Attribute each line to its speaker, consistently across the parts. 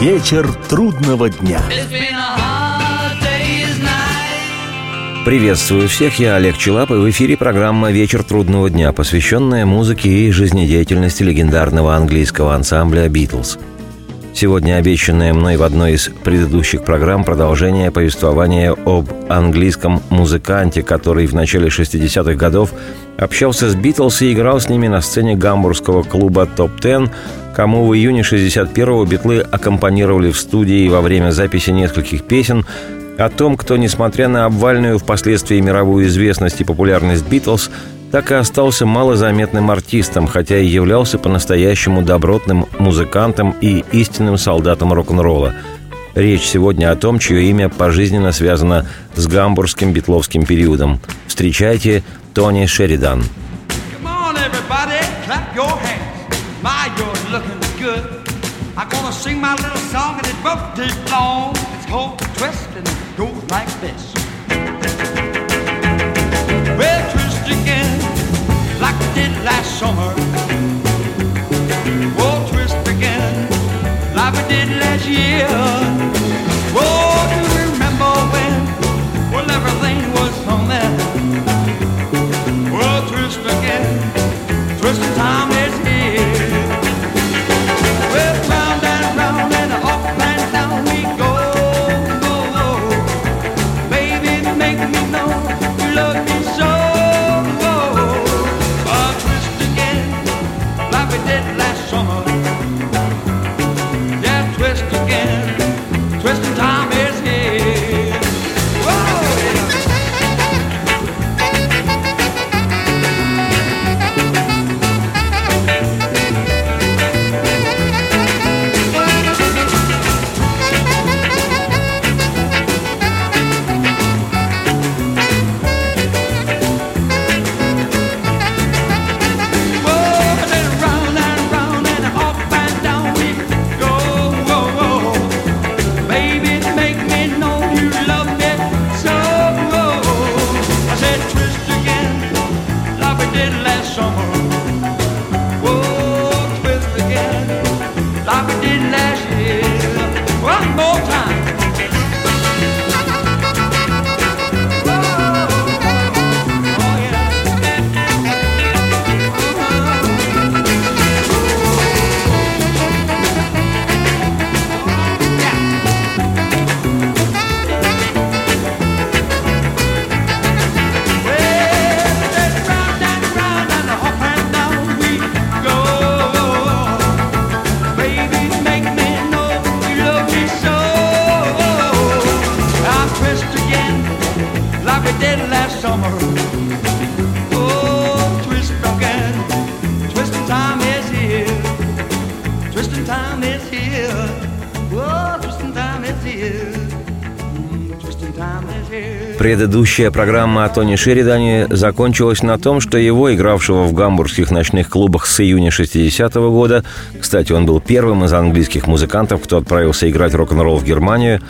Speaker 1: Вечер трудного дня.
Speaker 2: Приветствую всех, я Олег Челап, и в эфире программа «Вечер трудного дня», посвященная музыке и жизнедеятельности легендарного английского ансамбля «Битлз». Сегодня обещанное мной в одной из предыдущих программ продолжение повествования об английском музыканте, который в начале 60-х годов общался с «Битлз» и играл с ними на сцене гамбургского клуба «Топ-10», кому в июне 61-го битлы аккомпанировали в студии во время записи нескольких песен, о том, кто, несмотря на обвальную впоследствии мировую известность и популярность «Битлз», так и остался малозаметным артистом, хотя и являлся по-настоящему добротным музыкантом и истинным солдатом рок-н-ролла. Речь сегодня о том, чье имя пожизненно связано с гамбургским битловским периодом. Встречайте, Тони Шеридан.
Speaker 3: I'm gonna sing my little song and it won't take long. It's called Twist and it goes like this. Well, twist again, like we did last summer. Oh, twist again, like we did last year. Oh, do you remember when, well, everything was on there? Oh, twist again, twisting time is here.
Speaker 2: Предыдущая программа о Тони Шеридане закончилась на том, что его, игравшего в гамбургских ночных клубах с июня 60-го года, кстати, он был первым из английских музыкантов, кто отправился играть рок-н-ролл в Германию,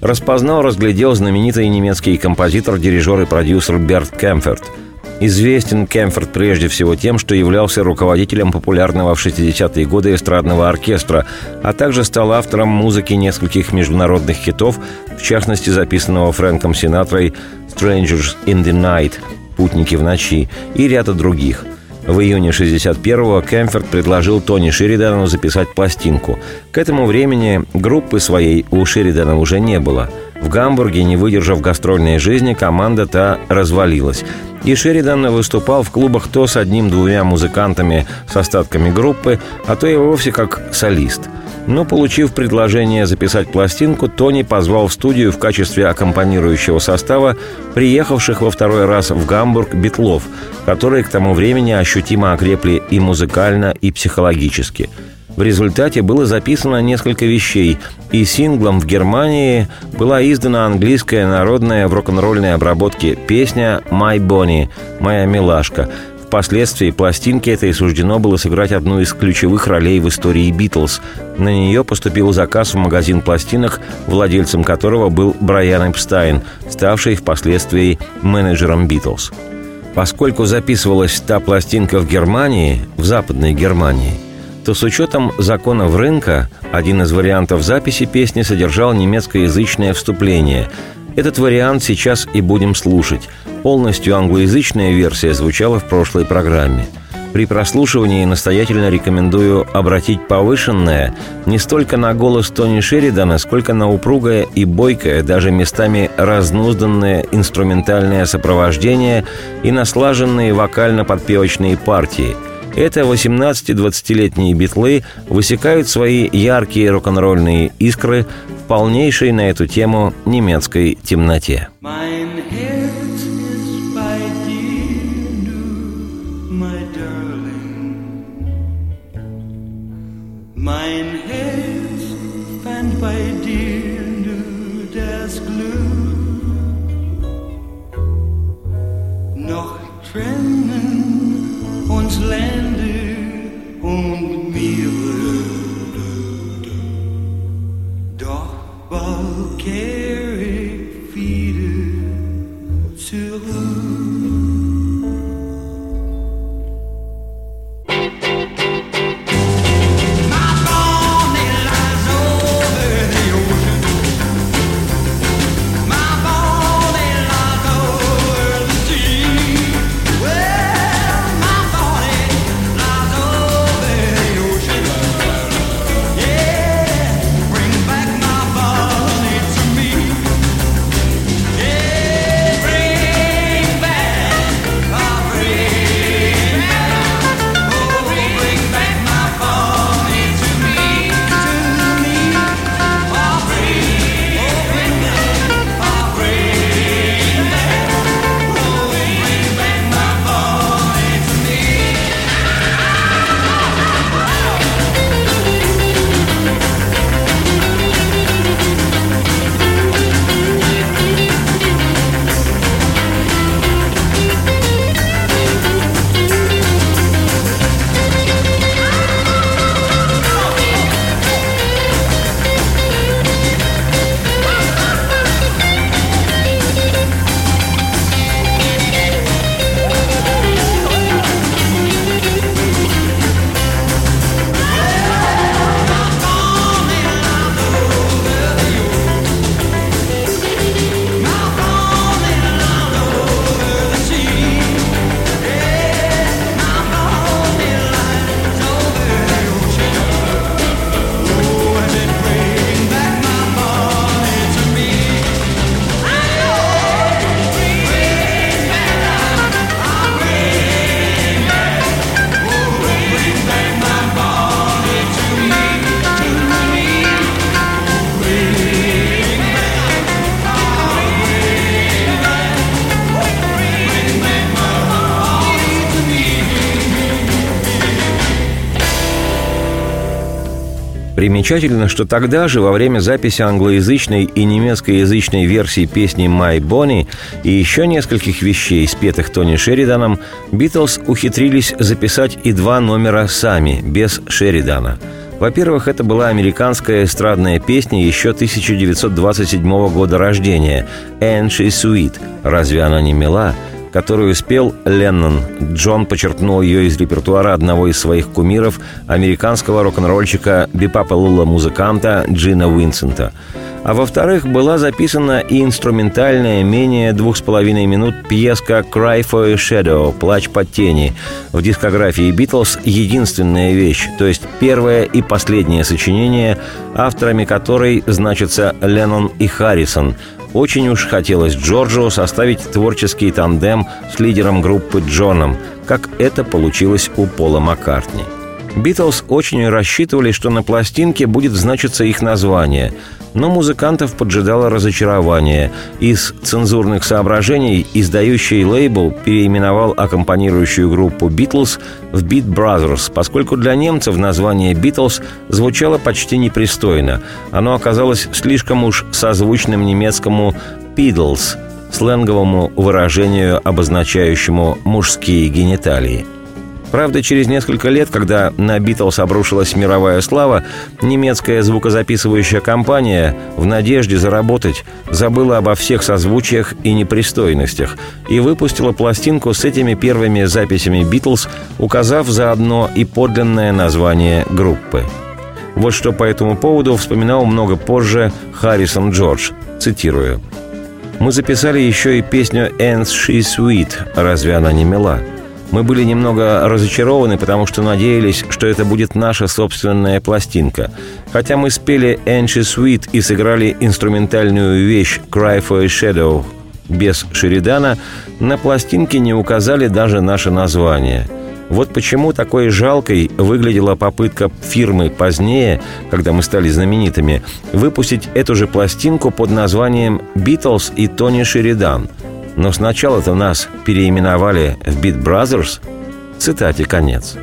Speaker 2: разглядел знаменитый немецкий композитор, дирижер и продюсер Берт Кэмфорд. Известен Кэмфорд прежде всего тем, что являлся руководителем популярного в 60-е годы эстрадного оркестра, а также стал автором музыки нескольких международных хитов, в частности, записанного Фрэнком Синатрой «Strangers in the Night» «Путники в ночи» и ряда других. В июне 61-го Кэмфорд предложил Тони Шеридану записать пластинку. К этому времени группы своей у Шеридана уже не было. В Гамбурге, не выдержав гастрольной жизни, команда та развалилась. И Шеридан выступал в клубах то с одним-двумя музыкантами с остатками группы, а то и вовсе как солист. Но, получив предложение записать пластинку, Тони позвал в студию в качестве аккомпанирующего состава приехавших во второй раз в Гамбург битлов, которые к тому времени ощутимо окрепли и музыкально, и психологически. В результате было записано несколько вещей, и синглом в Германии была издана английская народная в рок-н-ролльной обработке песня «My Bonnie» «Моя милашка». Впоследствии пластинке этой суждено было сыграть одну из ключевых ролей в истории «Битлз». На нее поступил заказ в магазин пластинок, владельцем которого был Брайан Эпстайн, ставший впоследствии менеджером «Битлз». Поскольку записывалась та пластинка в Германии, в Западной Германии, то с учетом законов рынка один из вариантов записи песни содержал немецкоязычное вступление. Этот вариант сейчас и будем слушать. Полностью англоязычная версия звучала в прошлой программе. При прослушивании настоятельно рекомендую обратить повышенное не столько на голос Тони Шеридана, сколько на упругое и бойкое, даже местами разнузданное инструментальное сопровождение и на слаженные вокально-подпевочные партии. Это 18-20-летние битлы высекают свои яркие рок-н-ролльные искры в полнейшей на эту тему немецкой темноте.
Speaker 3: Mein Herz fand bei dir nur das Glück, noch trennen uns Länder und Meere, doch bald kehre ich wieder zurück.
Speaker 2: Примечательно, что тогда же, во время записи англоязычной и немецкоязычной версии песни «My Bonnie» и еще нескольких вещей, спетых Тони Шериданом, Битлз ухитрились записать и 2 номера сами, без Шеридана. Во-первых, это была американская эстрадная песня еще 1927 года рождения «And She's Sweet» «Разве она не мила?», которую спел Леннон. Джон почерпнул ее из репертуара одного из своих кумиров, американского рок-н-ролльщика бипапа-лула-музыканта Джина Уинсента. А во-вторых, была записана и инструментальная, менее 2,5 минут пьеска «Cry for a Shadow» «Плач под тени». В дискографии «Битлз» единственная вещь, то есть первое и последнее сочинение, авторами которой значатся Леннон и Харрисон. Очень уж хотелось Джорджу составить творческий тандем с лидером группы Джоном, как это получилось у Пола Маккартни. Битлз очень рассчитывали, что на пластинке будет значиться их название, но музыкантов поджидало разочарование. Из цензурных соображений издающий лейбл переименовал аккомпанирующую группу «Битлз» в «Beat Brothers», поскольку для немцев название «Битлз» звучало почти непристойно. Оно оказалось слишком уж созвучным немецкому «Piddles», сленговому выражению, обозначающему мужские гениталии. Правда, через несколько лет, когда на «Битлз» обрушилась мировая слава, немецкая звукозаписывающая компания в надежде заработать забыла обо всех созвучиях и непристойностях и выпустила пластинку с этими первыми записями «Битлз», указав заодно и подлинное название группы. Вот что по этому поводу вспоминал много позже Харрисон Джордж, цитирую: «Мы записали еще и песню «And She's Sweet», разве она не мила? Мы были немного разочарованы, потому что надеялись, что это будет наша собственная пластинка. Хотя мы спели «And She's Sweet» и сыграли инструментальную вещь «Cry for a Shadow» без Шеридана, на пластинке не указали даже наше название. Вот почему такой жалкой выглядела попытка фирмы позднее, когда мы стали знаменитыми, выпустить эту же пластинку под названием «Битлз и Тони Шеридан». Но сначала-то нас переименовали в Beat Brothers. Цитате конец.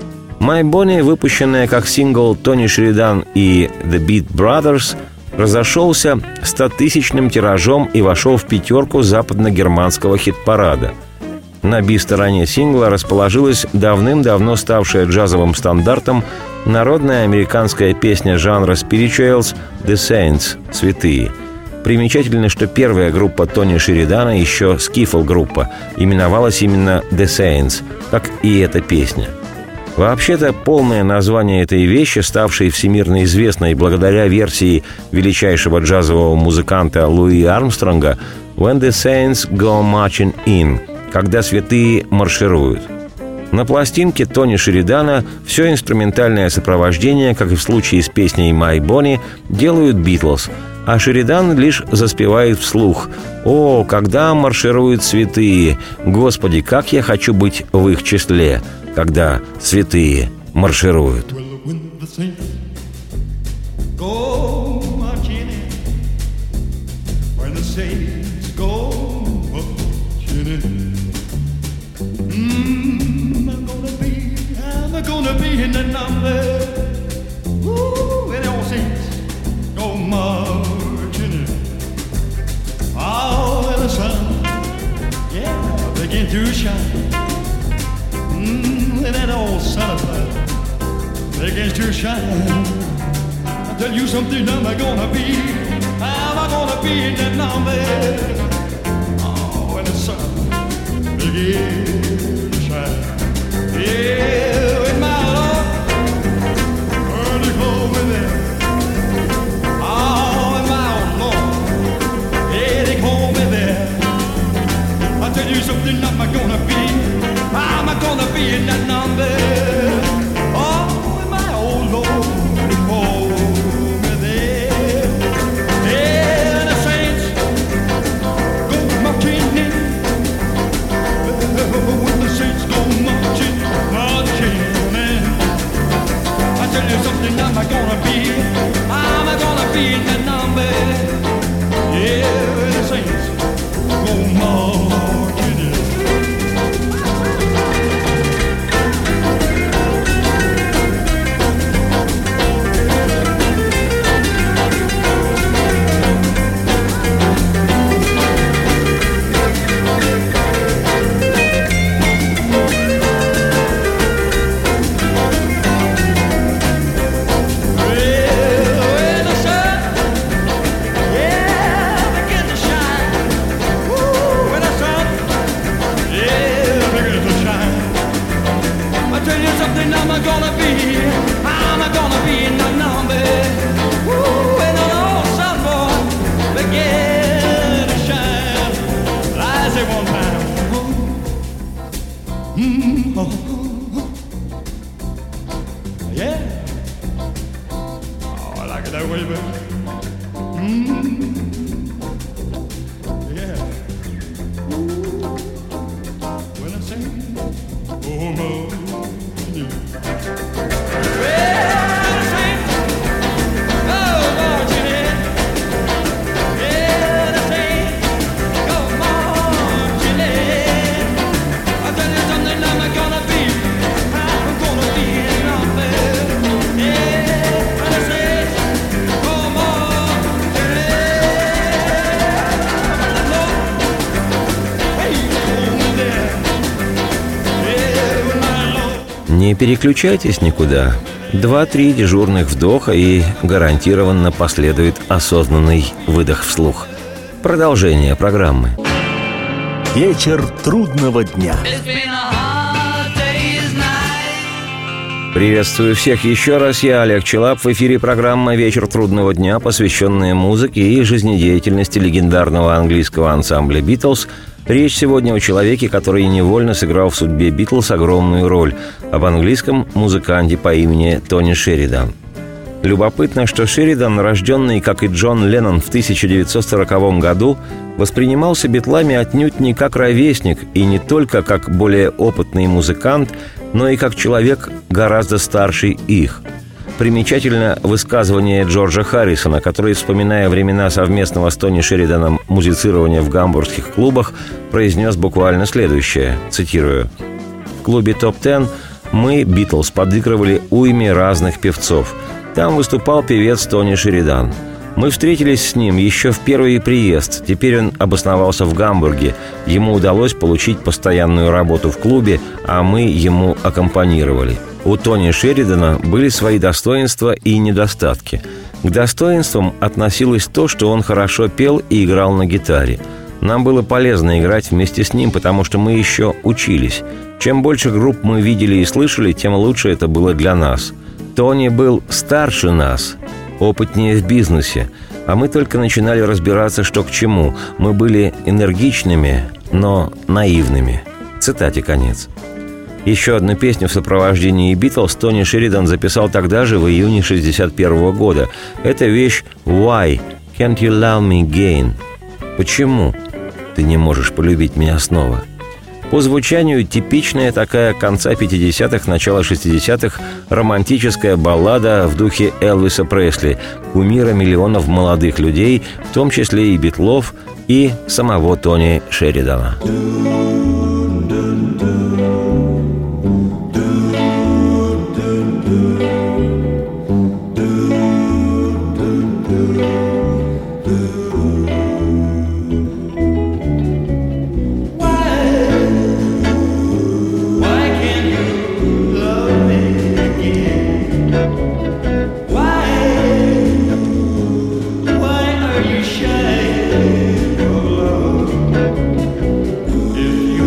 Speaker 2: «My Bonnie», выпущенная как сингл Тони Шеридан и The Beat Brothers, разошелся 100-тысячным тиражом и вошел в пятерку западно-германского хит-парада. На би-стороне сингла расположилась давным-давно ставшая джазовым стандартом народная американская песня жанра spirituals «The Saints» — «Святые». Примечательно, что первая группа Тони Шеридана, еще скифл-группа, именовалась именно «The Saints», как и эта песня. Вообще-то, полное название этой вещи, ставшей всемирно известной благодаря версии величайшего джазового музыканта Луи Армстронга, «When the Saints Go Marching In», «Когда святые маршируют». На пластинке Тони Шеридана все инструментальное сопровождение, как и в случае с песней «My Bonnie», делают «Битлз», а Шеридан лишь заспевает вслух: «О, когда маршируют святые! Господи, как я хочу быть в их числе, когда святые маршируют!»
Speaker 3: To shine, and that old sun of fire begins to shine. I tell you something, I'm gonna be in that number. Oh, when the sun begins to shine, yeah, with my love, early over there. Oh, with my old Lord, yeah, they call me there. I tell you something, I'm gonna be in that number. Oh, with my old Lord, they call me there. Yeah, the saints go marching in. When the saints go marching in. I tell you something, I'm gonna be in that number. Yeah, the saints go marching in.
Speaker 2: Не переключайтесь никуда. 2-3 дежурных вдоха и гарантированно последует осознанный выдох вслух. Продолжение программы.
Speaker 1: Вечер трудного дня.
Speaker 2: Приветствую всех еще раз. Я Олег Челап. В эфире программа «Вечер трудного дня», посвященная музыке и жизнедеятельности легендарного английского ансамбля «Битлз». Речь сегодня о человеке, который невольно сыграл в судьбе «Битлз» огромную роль, об английском музыканте по имени Тони Шеридан. Любопытно, что Шеридан, рожденный, как и Джон Леннон, в 1940 году, воспринимался битлами отнюдь не как ровесник и не только как более опытный музыкант, но и как человек гораздо старше их. Примечательно высказывание Джорджа Харрисона, который, вспоминая времена совместного с Тони Шериданом музицирования в гамбургских клубах, произнес буквально следующее, цитирую: «В клубе ТОП-10 мы, Битлз, подыгрывали уйме разных певцов. Там выступал певец Тони Шеридан. Мы встретились с ним еще в первый приезд. Теперь он обосновался в Гамбурге. Ему удалось получить постоянную работу в клубе, а мы ему аккомпанировали. У Тони Шеридана были свои достоинства и недостатки. К достоинствам относилось то, что он хорошо пел и играл на гитаре. Нам было полезно играть вместе с ним, потому что мы еще учились. Чем больше групп мы видели и слышали, тем лучше это было для нас. Тони был старше нас, опытнее в бизнесе, а мы только начинали разбираться, что к чему. Мы были энергичными, но наивными». Цитате конец. Еще одну песню в сопровождении «Битлз» Тони Шеридан записал тогда же, в июне 1961 года. Это вещь «Why can't you love me again?» «Почему ты не можешь полюбить меня снова?» По звучанию типичная такая конца 50-х, начала 60-х романтическая баллада в духе Элвиса Пресли, кумира миллионов молодых людей, в том числе и битлов, и самого Тони Шеридана.
Speaker 3: If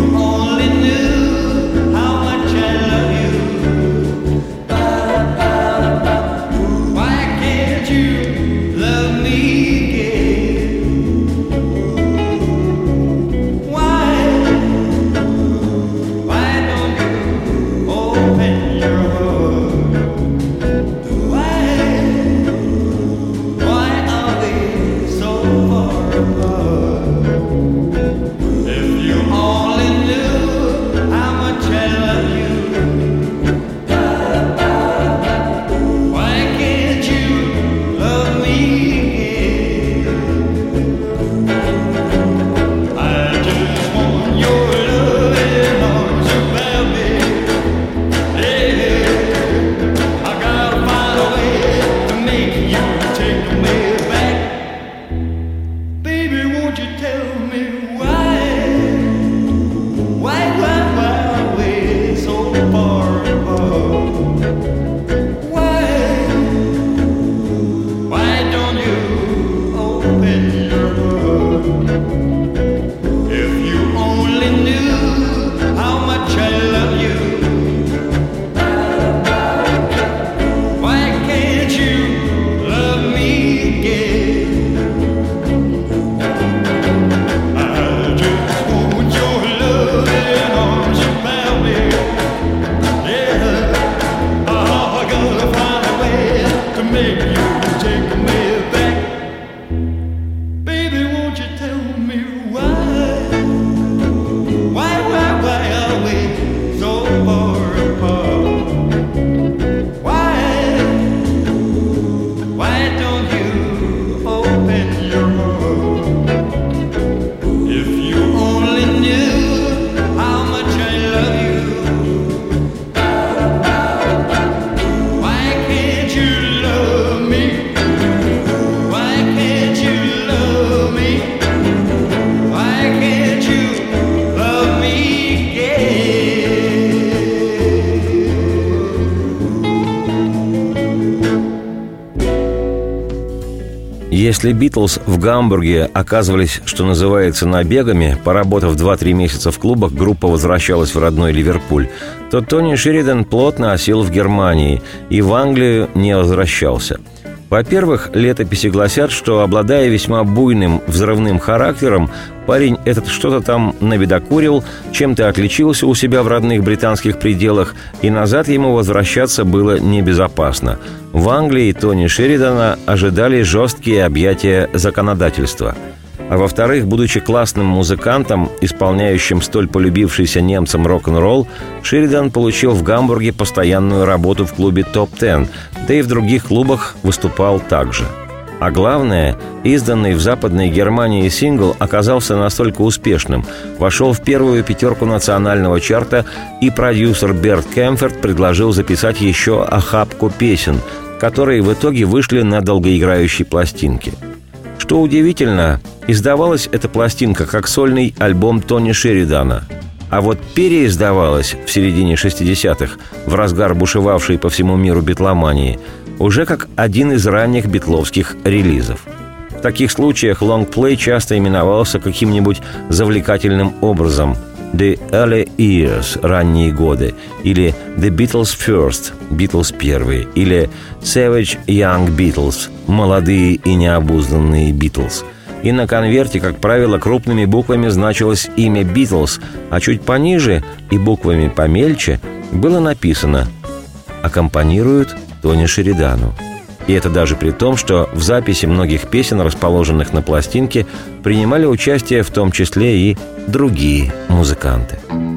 Speaker 2: Если «Битлз» в Гамбурге оказывались, что называется, набегами, поработав 2-3 месяца в клубах, группа возвращалась в родной Ливерпуль, то Тони Шеридан плотно осел в Германии и в Англию не возвращался. Во-первых, летописи гласят, что, обладая весьма буйным взрывным характером, парень этот что-то там навидокурил, чем-то отличился у себя в родных британских пределах, и назад ему возвращаться было небезопасно. В Англии Тони Шеридана ожидали жесткие объятия законодательства. А во-вторых, будучи классным музыкантом, исполняющим столь полюбившийся немцам рок-н-ролл, Шеридан получил в Гамбурге постоянную работу в клубе «Топ-10», да и в других клубах выступал также. А главное, изданный в Западной Германии сингл оказался настолько успешным, вошел в первую 5 национального чарта, и продюсер Берт Кемферт предложил записать еще охапку песен, которые в итоге вышли на долгоиграющей пластинке. Что удивительно, издавалась эта пластинка как сольный альбом Тони Шеридана, а вот переиздавалась в середине 60-х, в разгар бушевавшей по всему миру битломании, уже как один из ранних битловских релизов. В таких случаях лонгплей часто именовался каким-нибудь завлекательным образом «The Early Years» – «Ранние годы», или «The Beatles First» – «Битлз первые», или «Savage Young Beatles» – «Молодые и необузданные Битлз». И на конверте, как правило, крупными буквами значилось имя «Битлз», а чуть пониже и буквами помельче было написано «Аккомпанирует Тони Шеридану». И это даже при том, что в записи многих песен, расположенных на пластинке, принимали участие в том числе и другие музыканты.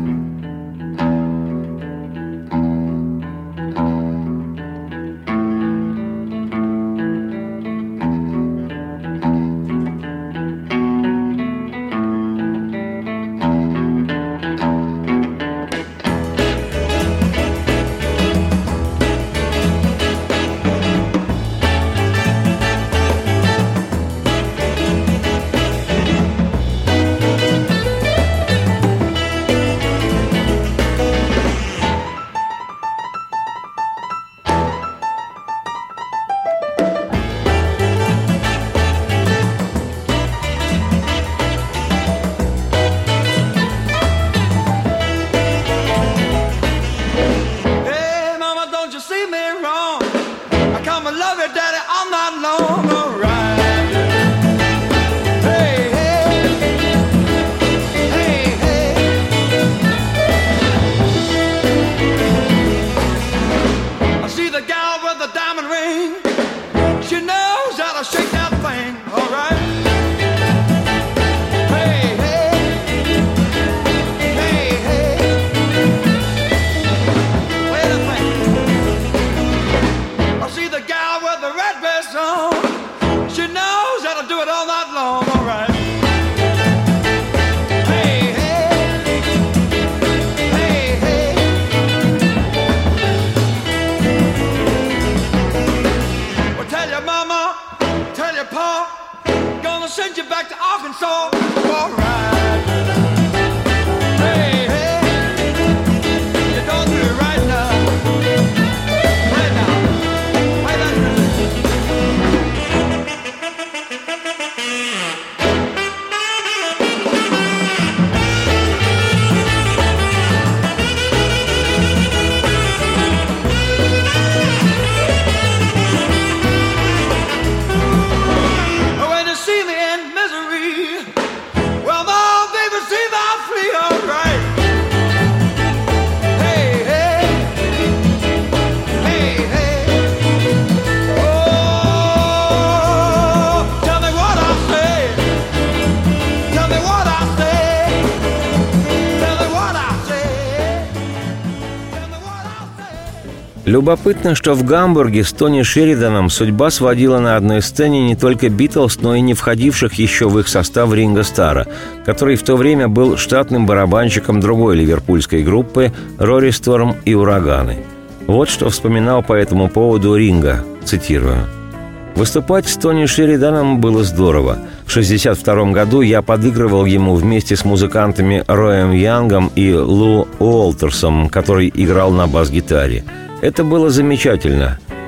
Speaker 2: Любопытно, что в Гамбурге с Тони Шериданом судьба сводила на одной сцене не только «Битлз», но и не входивших еще в их состав Ринго Стара, который в то время был штатным барабанщиком другой ливерпульской группы «Рори Сторм и Ураганы». Вот что вспоминал по этому поводу Ринго, цитирую. «Выступать с Тони Шериданом было здорово. В 1962 году я подыгрывал ему вместе с музыкантами Роем Янгом и Лу Уолтерсом, который играл на бас-гитаре. Это было замечательно.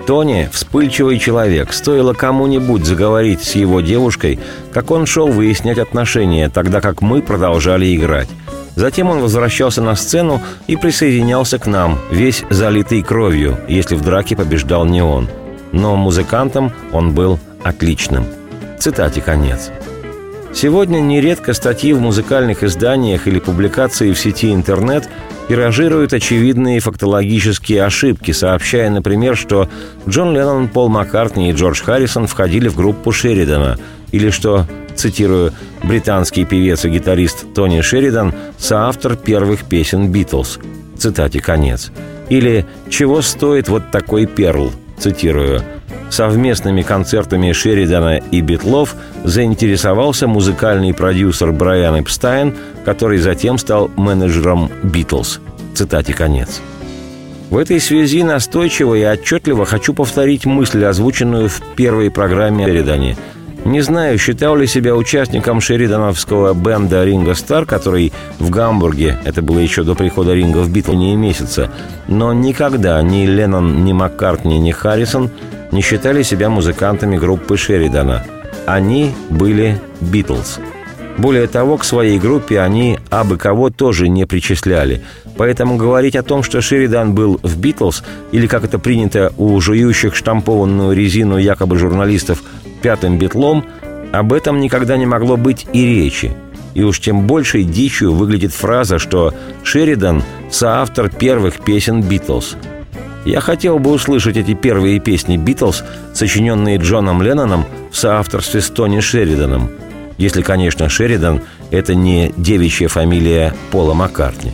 Speaker 2: Тони – вспыльчивый человек. Стоило кому-нибудь заговорить с его девушкой, как он шел выяснять отношения, тогда как мы продолжали играть. Затем он возвращался на сцену и присоединялся к нам, весь залитый кровью, если в драке побеждал не он. Но музыкантом он был отличным. Цитате конец. Сегодня нередко статьи в музыкальных изданиях или публикации в сети интернет тиражируют очевидные фактологические ошибки, сообщая, например, что Джон Леннон, Пол Маккартни и Джордж Харрисон входили в группу Шеридана, или что, цитирую, британский певец и гитарист Тони Шеридан – соавтор первых песен «Битлз». Цитате конец. Или «Чего стоит вот такой перл?» Цитирую. Совместными концертами Шеридана и Битлов заинтересовался музыкальный продюсер Брайан Эпстайн, который затем стал менеджером «Битлз». Цитате конец. В этой связи настойчиво и отчетливо хочу повторить мысль, озвученную в первой программе о Шеридане. Не знаю, считал ли себя участником шеридановского бенда Ринго Стар, который в Гамбурге, это было еще до прихода Ринго в Битлз, не месяца, но никогда ни Леннон, ни Маккартни, ни Харрисон не считали себя музыкантами группы Шеридана. Они были «Битлз». Более того, к своей группе они абы кого тоже не причисляли. Поэтому говорить о том, что Шеридан был в «Битлз», или, как это принято у жующих штампованную резину якобы журналистов, пятым битлом, об этом никогда не могло быть и речи. И уж тем большей дичью выглядит фраза, что Шеридан – соавтор первых песен «Битлз». Я хотел бы услышать эти первые песни «Битлз», сочиненные Джоном Ленноном в соавторстве с Тони Шериданом. Если, конечно, Шеридан – это не девичья фамилия Пола Маккартни.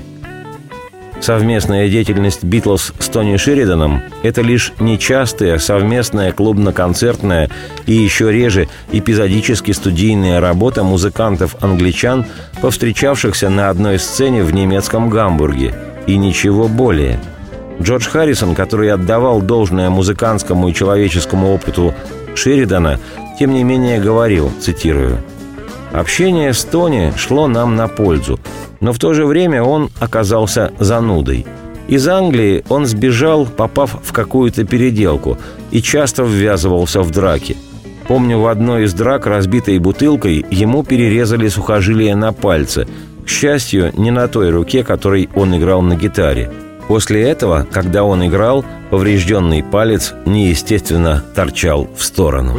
Speaker 2: Совместная деятельность «Битлз» с Тони Шериданом – это лишь нечастая совместная клубно-концертная и еще реже эпизодически студийная работа музыкантов-англичан, повстречавшихся на одной сцене в немецком Гамбурге. И ничего более. Джордж Харрисон, который отдавал должное музыкантскому и человеческому опыту Шеридана, тем не менее говорил, цитирую, «Общение с Тони шло нам на пользу, но в то же время он оказался занудой. Из Англии он сбежал, попав в какую-то переделку, и часто ввязывался в драки. Помню, в одной из драк, разбитой бутылкой, ему перерезали сухожилие на пальце. К счастью, не на той руке, которой он играл на гитаре. После этого, когда он играл, поврежденный палец неестественно торчал в сторону».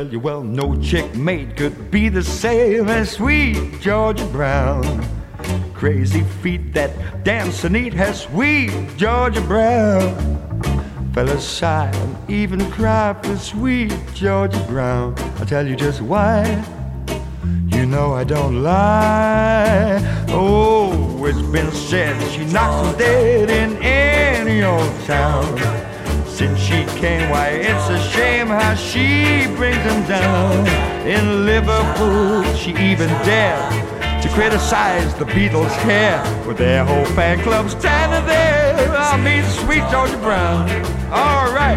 Speaker 4: Crazy feet that dance and eat has sweet Georgia Brown. Fellas sigh and even cry for sweet Georgia Brown. I'll tell you just why. You know I don't lie. Oh, it's been said she knocks them dead in any old town. Since she came, why, it's a shame how she brings them down. In Liverpool, she even dared to criticize the Beatles' hair, with their whole fan club standing there. I mean, sweet Georgia Brown. All right.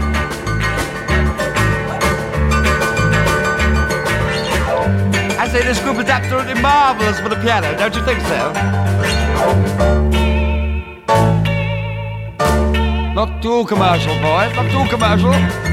Speaker 4: I say this group is absolutely marvelous for the piano, don't you think so? Not too commercial, boys, not too commercial.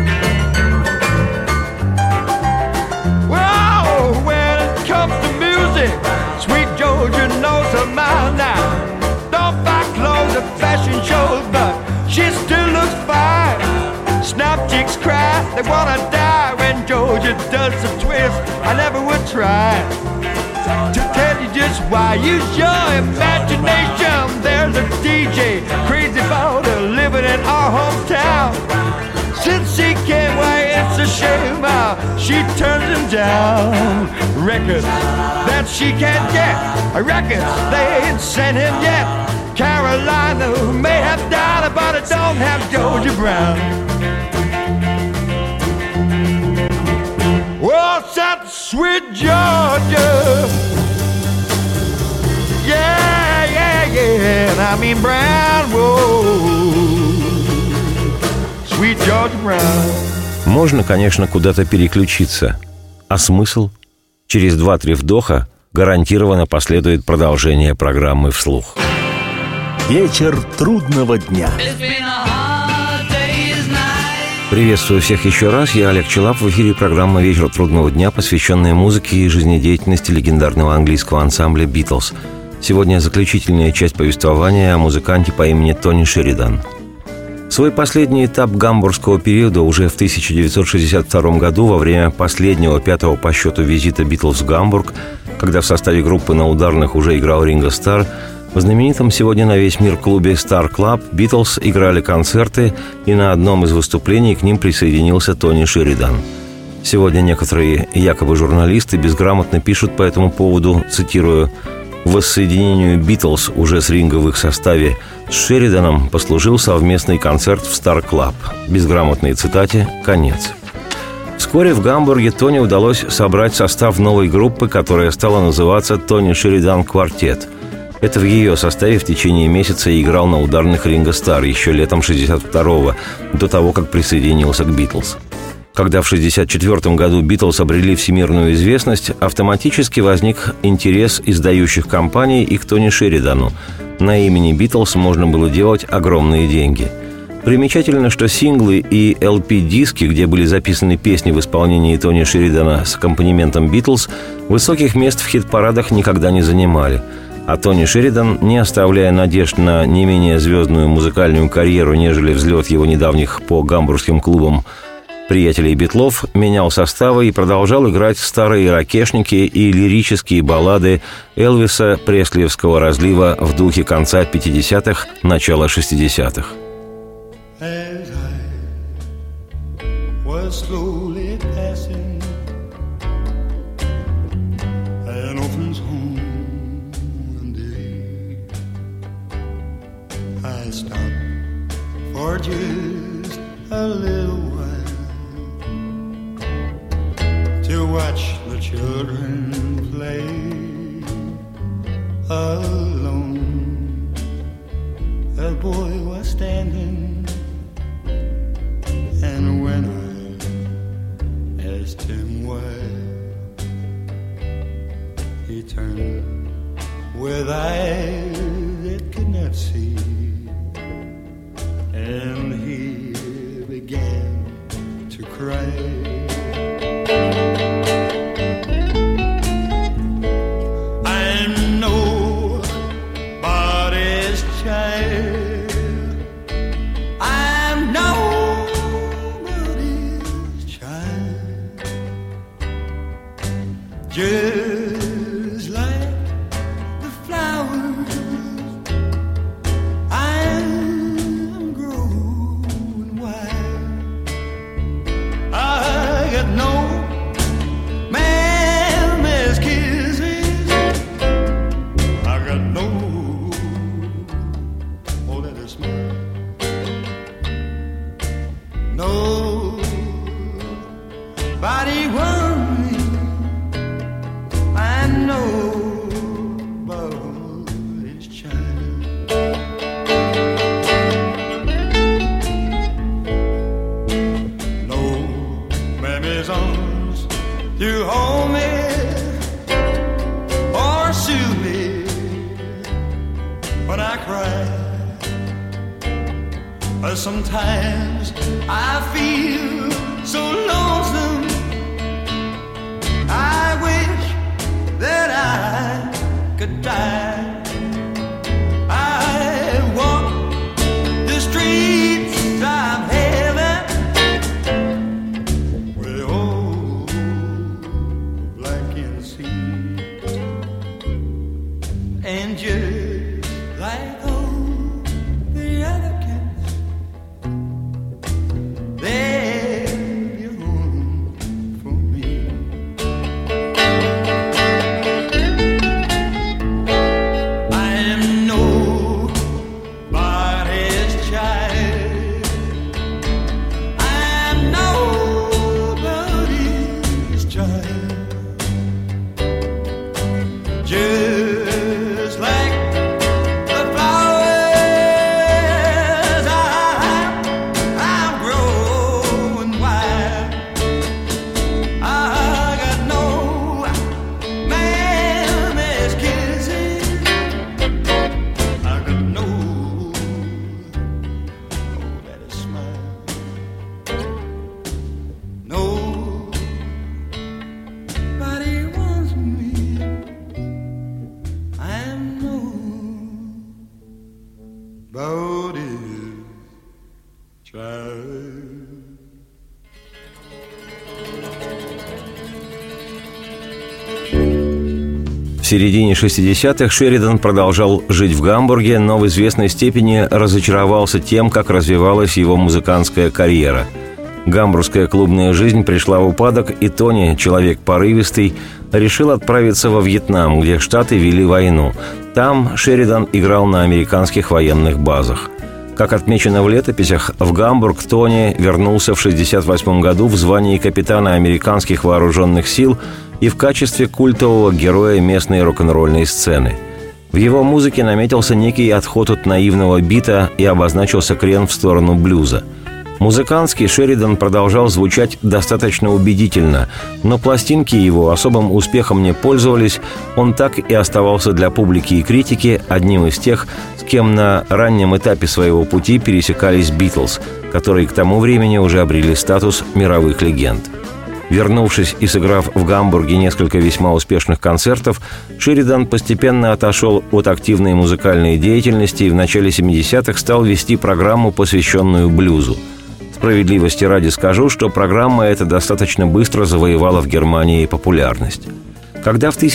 Speaker 4: Well, when it comes to music, sweet Georgia knows her mind now. Don't buy clothes at fashion shows, but she still looks fine. Snap chicks cry, they wanna die when Georgia does the twist. I never would try to tell you just why. Use your imagination. There's a DJ crazy about her living in our hometown. Since she came, why, it's a shame how she turns them down. Records that she can't get, records they ain't sent him yet. Carolina may have died, but it don't have Georgia Brown. Well, that's sweet Georgia. Yeah, yeah, yeah. And I mean Brown, whoa. Sweet Georgia Brown.
Speaker 2: Можно, конечно, куда-то переключиться. А смысл? Через 2-3 вдоха гарантированно последует продолжение программы «Вслух».
Speaker 1: Вечер трудного дня.
Speaker 2: Приветствую всех еще раз. Я Олег Челап. В эфире программа «Вечер трудного дня», посвященная музыке и жизнедеятельности легендарного английского ансамбля «Битлз». Сегодня заключительная часть повествования о музыканте по имени Тони Шеридан. Свой последний этап гамбургского периода уже в 1962 году, во время последнего, пятого по счету визита «Битлз» в Гамбург, когда в составе группы на ударных уже играл Ринго Старр, в знаменитом сегодня на весь мир клубе Star Club «Битлз» играли концерты, и на одном из выступлений к ним присоединился Тони Шеридан. Сегодня некоторые якобы журналисты безграмотно пишут по этому поводу, цитирую: «Воссоединению «Битлз» уже с Ринго в их составе с Шериданом послужил совместный концерт в Star Club». Безграмотной цитате конец. Вскоре в Гамбурге Тони удалось собрать состав новой группы, которая стала называться «Тони Шеридан Квартет». Это в ее составе в течение месяца и играл на ударных Ринго Старр еще летом 1962-го, до того, как присоединился к «Битлз». Когда в 1964 году «Битлз» обрели всемирную известность, автоматически возник интерес издающих компаний и к Тони Шеридану. На имени «Битлз» можно было делать огромные деньги. Примечательно, что синглы и LP-диски, где были записаны песни в исполнении Тони Шеридана с аккомпанементом «Битлз», высоких мест в хит-парадах никогда не занимали. А Тони Шеридан, не оставляя надежд на не менее звездную музыкальную карьеру, нежели взлет его недавних по гамбургским клубам приятелей Битлов, менял составы и продолжал играть старые рокешники и лирические баллады Элвиса Преслиевского разлива в духе конца 50-х, начала 60-х.
Speaker 3: I stopped for just a little while to watch the children play alone. A boy was standing, and when I asked him why, he turned with eyes that could not see, and he began to cry. I'm nobody's child. I'm nobody's child. Just like the flowers, no mamma's kisses. I got no that smile. Nobody worry. I know nobody's child. Arms to hold me or soothe me when I cry. But sometimes I feel so lonesome, I wish that I could die. I walk the streets of heaven and just like all the other cats, they're home for me. I am nobody's child. I'm nobody's child. Just like
Speaker 2: середине 60-х Шеридан продолжал жить в Гамбурге, но в известной степени разочаровался тем, как развивалась его музыкантская карьера. Гамбургская клубная жизнь пришла в упадок, и Тони, человек порывистый, решил отправиться во Вьетнам, где Штаты вели войну. Там Шеридан играл на американских военных базах. Как отмечено в летописях, в Гамбург Тони вернулся в 1968 году в звании капитана американских вооруженных сил и в качестве культового героя местной рок-н-ролльной сцены. В его музыке наметился некий отход от наивного бита и обозначился крен в сторону блюза. Музыкантский Шеридан продолжал звучать достаточно убедительно, но пластинки его особым успехом не пользовались, он так и оставался для публики и критики одним из тех, с кем на раннем этапе своего пути пересекались «Битлз», которые к тому времени уже обрели статус мировых легенд. Вернувшись и сыграв в Гамбурге несколько весьма успешных концертов, Шеридан постепенно отошел от активной музыкальной деятельности и в начале 70-х стал вести программу, посвященную блюзу. Справедливости ради скажу, что программа эта достаточно быстро завоевала в Германии популярность. Когда в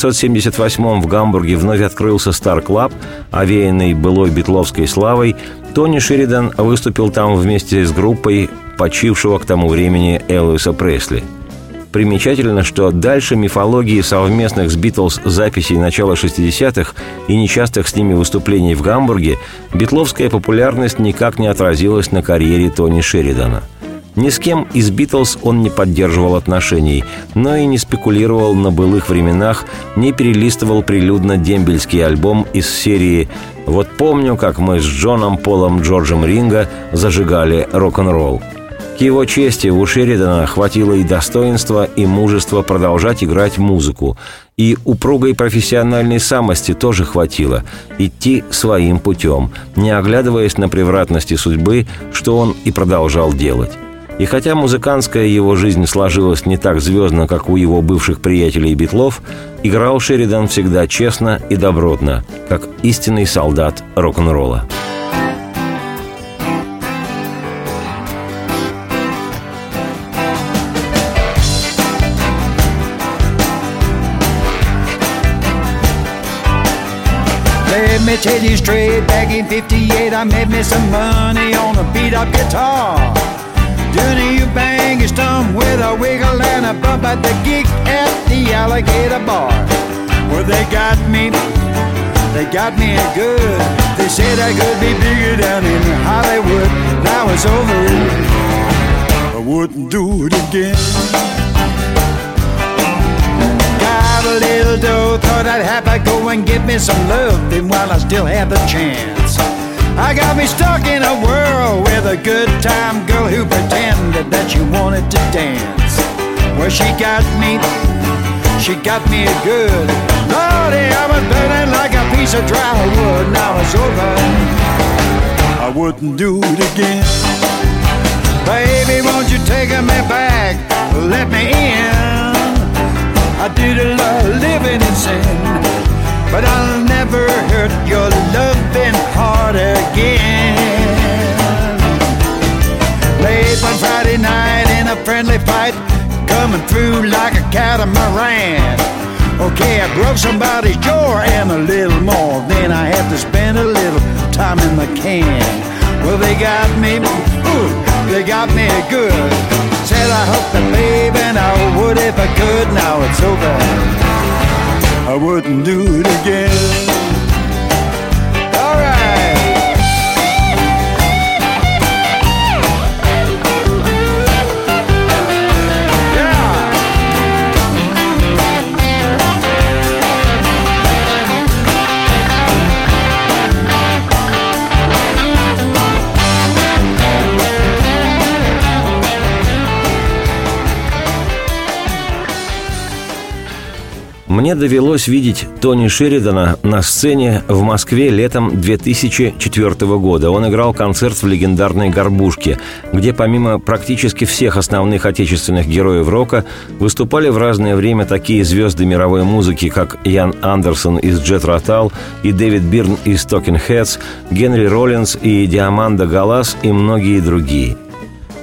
Speaker 2: 1978 в Гамбурге вновь открылся Star Club, овеянный былой битловской славой, Тони Шеридан выступил там вместе с группой почившего к тому времени Элвиса Пресли. Примечательно, что дальше мифологии совместных с «Битлз» записей начала 60-х и нечастых с ними выступлений в Гамбурге битловская популярность никак не отразилась на карьере Тони Шеридана. Ни с кем из «Битлз» он не поддерживал отношений, но и не спекулировал на былых временах, не перелистывал прилюдно дембельский альбом из серии «Вот помню, как мы с Джоном Полом Джорджем Ринго зажигали рок-н-ролл». К его чести у Шеридана хватило и достоинства, и мужества продолжать играть музыку. И упругой профессиональной самости тоже хватило идти своим путем, не оглядываясь на превратности судьбы, что он и продолжал делать. И хотя музыкантская его жизнь сложилась не так звездно, как у его бывших приятелей Битлов, играл Шеридан всегда честно и добротно, как истинный солдат рок-н-ролла.
Speaker 4: Let me tell you straight, back in 58 I made me some money on a beat-up guitar. Doing a U-bang and stump with a wiggle and a bump at the gig at the Alligator Bar. Well, they got me good. They said I could be bigger down in Hollywood. Now it's over, I wouldn't do it again. Got a little dough, thought I'd have to go and get me some love, then while I still had the chance. I got me stuck in a whirl with a good time girl who pretended that she wanted to dance. Well, she got me good. Lordy, I was burning like a piece of dry wood. Now it's over, I wouldn't do it again. Baby, won't you take me back, let me in. I did a lot of living in sin, but I'll never hurt your loving heart again. Late one Friday night in a friendly fight, coming through like a catamaran. Okay, I broke somebody's jaw and a little more. Then I had to spend a little time in the can. Well, they got me good. Said I hope that baby and I would if I could. Now it's over, I wouldn't do it again. All right.
Speaker 2: Мне довелось видеть Тони Шеридана на сцене в Москве летом 2004 года. Он играл концерт в легендарной «Горбушке», где помимо практически всех основных отечественных героев рока выступали в разное время такие звезды мировой музыки, как Ян Андерсон из Джет Ротал и Дэвид Бирн из Talking Heads, Генри Роллинс и Диаманда Галлас и многие другие.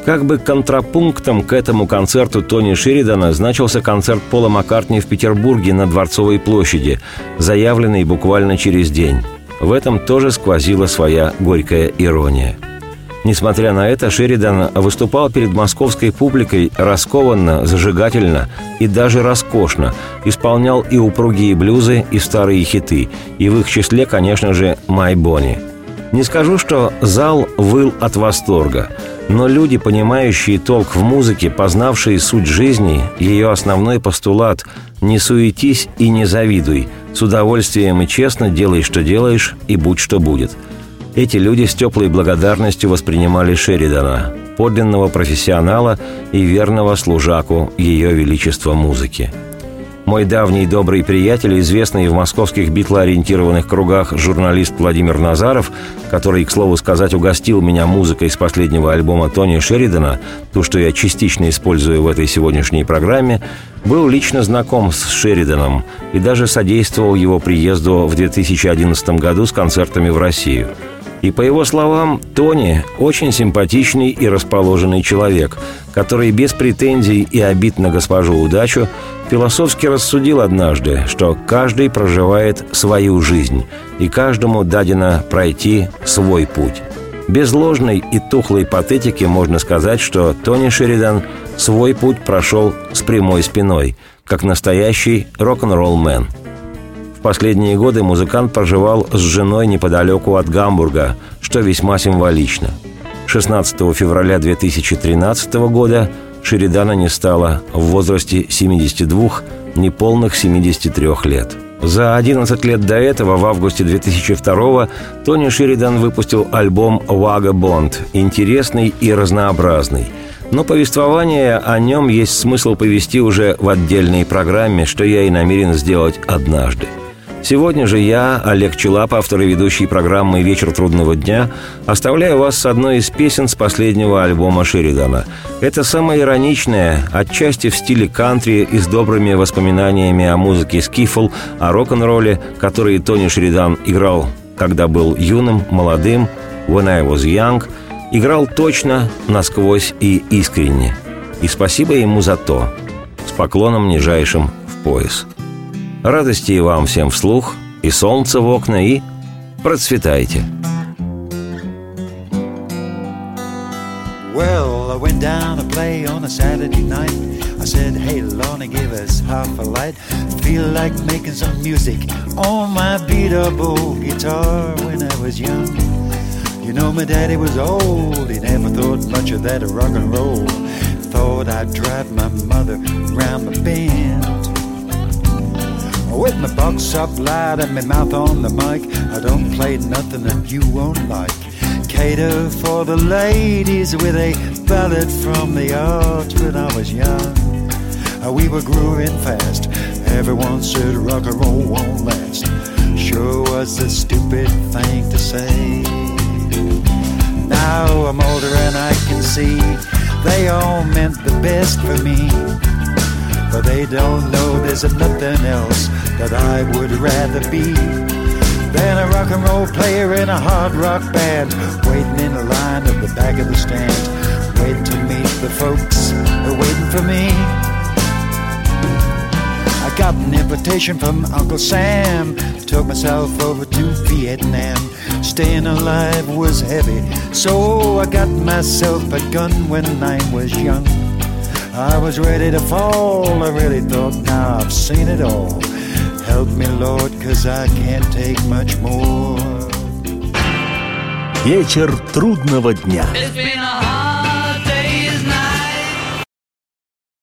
Speaker 2: Как бы контрапунктом к этому концерту Тони Шеридана значился концерт Пола Маккартни в Петербурге на Дворцовой площади, заявленный буквально через день. В этом тоже сквозила своя горькая ирония. Несмотря на это, Шеридан выступал перед московской публикой раскованно, зажигательно и даже роскошно, исполнял и упругие блюзы, и старые хиты, и в их числе, конечно же, «My Bonnie». Не скажу, что зал выл от восторга, но люди, понимающие толк в музыке, познавшие суть жизни, ее основной постулат «не суетись и не завидуй, с удовольствием и честно делай, что делаешь, и будь, что будет». Эти люди с теплой благодарностью воспринимали Шеридана, подлинного профессионала и верного служаку Ее Величества музыки. Мой давний добрый приятель, известный в московских битлоориентированных кругах журналист Владимир Назаров, который, к слову сказать, угостил меня музыкой с последнего альбома Тони Шеридана, ту, что я частично использую в этой сегодняшней программе, был лично знаком с Шериданом и даже содействовал его приезду в 2011 году с концертами в Россию. И, по его словам, Тони – очень симпатичный и расположенный человек, который без претензий и обид на госпожу удачу философски рассудил однажды, что каждый проживает свою жизнь, и каждому дадено пройти свой путь. Без ложной и тухлой патетики можно сказать, что Тони Шеридан свой путь прошел с прямой спиной, как настоящий рок-н-ролл-мен. В последние годы музыкант проживал с женой неподалеку от Гамбурга, что весьма символично. 16 февраля 2013 года Шеридана не стало в возрасте 72, неполных 73 лет. За 11 лет до этого, в августе 2002-го, Тони Шеридан выпустил альбом «Vagabond», интересный и разнообразный. Но повествование о нем есть смысл повести уже в отдельной программе, что я и намерен сделать однажды. Сегодня же я, Олег Челап, автор и ведущий программы «Вечер трудного дня», оставляю вас с одной из песен с последнего альбома Шеридана. Это самая ироничная, отчасти в стиле кантри и с добрыми воспоминаниями о музыке скифл, о рок-н-ролле, которые Тони Шеридан играл, когда был юным, молодым, «When I was young», играл точно, насквозь и искренне. И спасибо ему за то. С поклоном нижайшим в пояс. Радости и вам всем вслух, и солнце в окна, и процветайте.
Speaker 5: Well, I went down to play on a Saturday night. I said, hey, Lonnie, give us half a light. Feel like making some music on my beat-up old guitar when I was young. You know, my daddy was old. He never thought much of that rock and roll. Thought I'd drive my mother round the bend. With my box up loud and my mouth on the mic, I don't play nothing that you won't like. Cater for the ladies with a ballad from the arts when I was young. We were growing fast. Everyone said rock and roll won't last. Sure was a stupid thing to say. Now I'm older and I can see they all meant the best for me. But they don't know there's nothing else that I would rather be than a rock and roll player in a hard rock band, waiting in a line at the back of the stand, waiting to meet the folks waiting for me. I got an invitation from Uncle Sam, took myself over to Vietnam. Staying alive was heavy, so I got myself a gun when I was young. I was ready to fall, I really thought, now I've seen it all. Help me, Lord, 'cause I can't take much more.
Speaker 1: Вечер трудного дня.
Speaker 3: It's been a hard